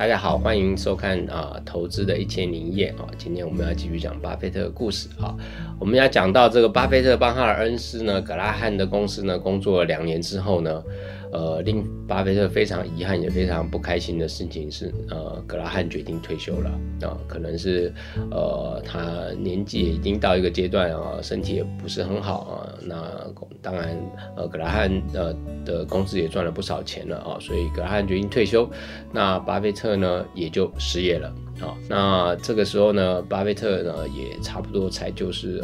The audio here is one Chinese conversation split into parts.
大家好，欢迎收看投资的1001夜今天我们要继续讲巴菲特的故事我们要讲到这个巴菲特帮他的恩师呢，格拉汉的公司呢工作了2年之后呢，令巴菲特非常遗憾也非常不开心的事情是，格拉汉决定退休了可能是他年纪也已经到一个阶段身体也不是很好那当然格拉汉的公司也赚了不少钱了所以格拉汉决定退休，那巴菲特呢也就失业了那这个时候呢，巴菲特呢也差不多才就是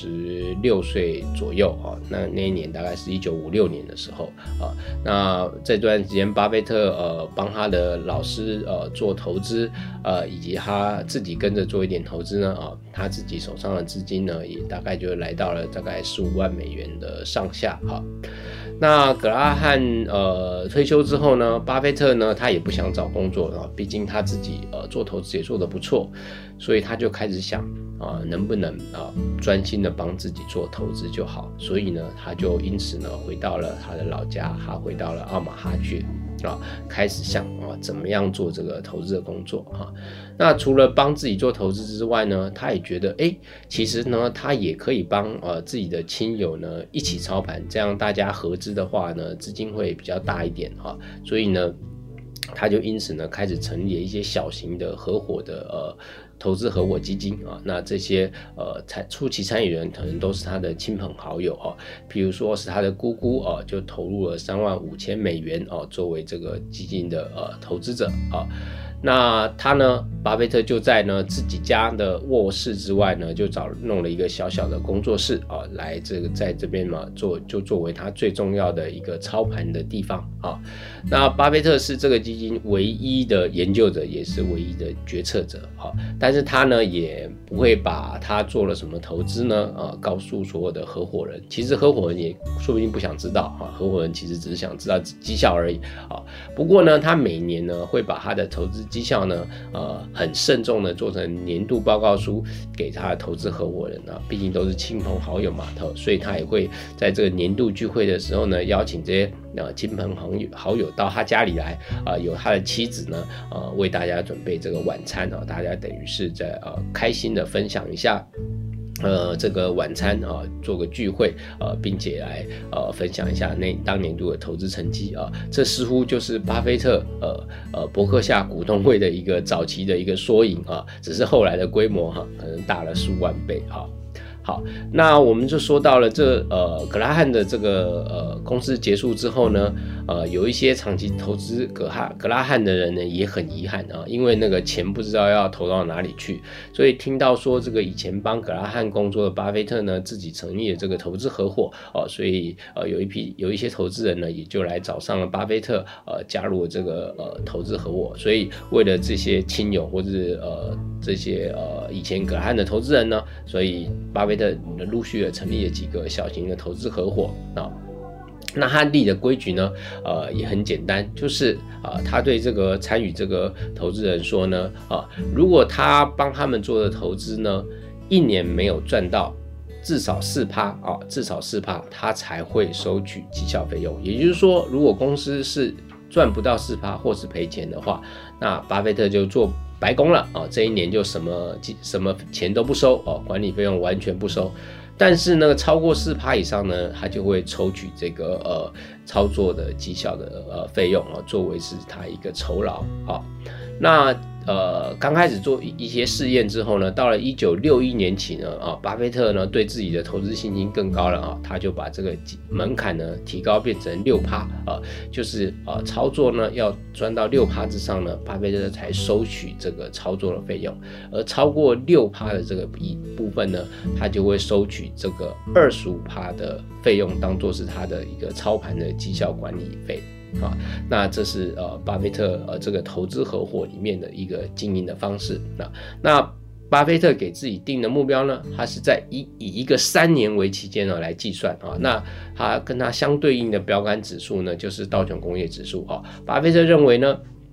26岁左右那一年大概是1956年的时候那这段时间巴菲特帮他的老师做投资以及他自己跟着做一点投资呢他自己手上的资金呢也大概就来到了大概15万美元的上下那格拉汉退休之后呢，巴菲特呢他也不想找工作毕竟他自己做投资也做得不错，所以他就开始想能不能专心的帮自己做投资就好，所以呢他就因此呢回到了他的老家，他回到了奥马哈去开始想怎么样做这个投资的工作那除了帮自己做投资之外呢，他也觉得其实呢他也可以帮自己的亲友呢一起操盘，这样大家合资的话呢资金会比较大一点所以呢他就因此呢开始成立了一些小型的合伙的投资合伙基金那这些初期参与人可能都是他的亲朋好友譬如说是他的姑姑就投入了35000美元作为这个基金的投资者那他呢，巴菲特就在呢自己家的卧室之外呢，就弄了一个小小的工作室来在这边嘛作为他最重要的一个操盘的地方那巴菲特是这个基金唯一的研究者，也是唯一的决策者但是他呢也不会把他做了什么投资呢告诉所有的合伙人，其实合伙人也说不定不想知道合伙人其实只是想知道绩效而已不过呢他每年呢会把他的投资绩效呢很慎重的做成年度报告书给他的投资合伙人毕竟都是亲朋好友嘛所以他也会在这个年度聚会的时候呢邀请这些亲朋好友到他家里来有他的妻子呢为大家准备这个晚餐大家等于是在开心的分享一下这个晚餐做个聚会并且来分享一下当年度的投资成绩这似乎就是巴菲特伯克夏股东会的一个早期的一个缩影只是后来的规模可能大了数万倍好，那我们就说到了格拉汉的这个公司结束之后呢有一些长期投资格拉汉的人呢也很遗憾因为那个钱不知道要投到哪里去，所以听到说这个以前帮格拉汉工作的巴菲特呢自己成立了这个投资合伙所以有一些投资人呢也就来找上了巴菲特加入了这个投资合伙，所以为了这些亲友或者是这些以前格拉汉的投资人呢，所以巴菲特陆续的成立了几个小型的投资合伙那他立的规矩呢也很简单，就是他对这个参与这个投资人说呢如果他帮他们做的投资呢1年没有赚到至少 4% 至少 4% 他才会收取绩效费用，也就是说如果公司是赚不到 4% 或是赔钱的话，那巴菲特就做白工了这一年就什么钱都不收管理费用完全不收，但是呢超过 4% 以上呢他就会抽取这个操作的绩效的费用作为是他一个酬劳那刚开始做一些试验之后呢，到了1961年起呢巴菲特呢对自己的投资信心更高了他就把这个门槛呢提高变成 6% 就是操作呢要赚到 6% 之上呢，巴菲特才收取这个操作的费用，而超过 6% 的这个部分呢，他就会收取这个 25% 的费用当作是他的一个操盘的绩效管理费那这是巴菲特这个投资合伙里面的一个经营的方式那巴菲特给自己定的目标呢，他是以一个3年为期间来计算那他跟他相对应的标杆指数呢就是道琼工业指数巴菲特认为呢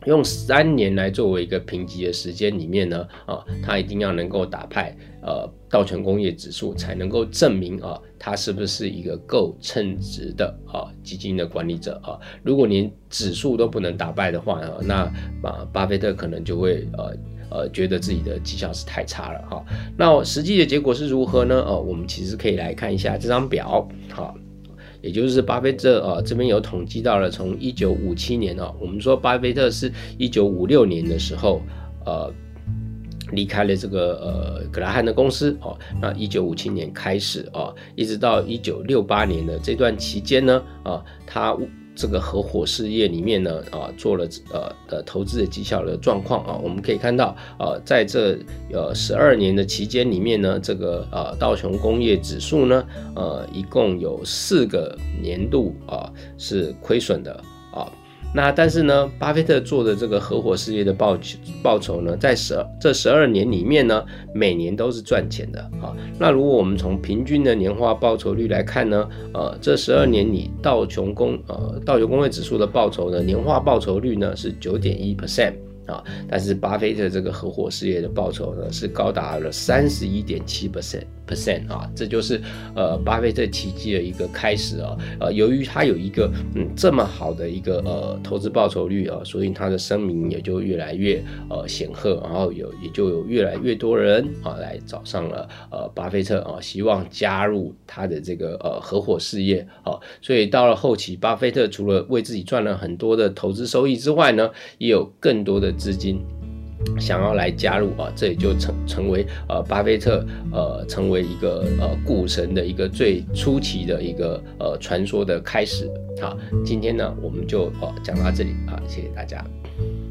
用3年来作为一个评级的时间里面呢，他一定要能够打败道琼工业指数，才能够证明他是不是一个够称职的基金的管理者啊。如果连指数都不能打败的话，那巴菲特可能就会觉得自己的绩效是太差了哈。那实际的结果是如何呢？我们其实可以来看一下这张表，好。也就是巴菲特这边有统计到了，从1957年我们说巴菲特是1956年的时候离开了这个格拉汉的公司那1957年开始一直到1968年的这段期间呢他这个合伙事业里面呢做了投资的绩效的状况我们可以看到在这12年的期间里面呢，这个道琼工业指数呢一共有4个年度是亏损的那但是呢，巴菲特做的这个合伙事业的报酬呢，在这12年里面呢，每年都是赚钱的那如果我们从平均的年化报酬率来看呢，这12年里道琼工业指数的报酬呢，年化报酬率呢是 9.1%。但是巴菲特这个合伙事业的报酬呢是高达了 31.7%这就是巴菲特奇迹的一个开始由于他有一个这么好的一个投资报酬率所以他的声名也就越来越显赫，然后也就有越来越多人来找上了巴菲特希望加入他的这个合伙事业所以到了后期，巴菲特除了为自己赚了很多的投资收益之外呢，也有更多的资金想要来加入这也就成为巴菲特成为一个股神的一个最初期的一个传说的开始。好，今天呢我们就讲到这里谢谢大家。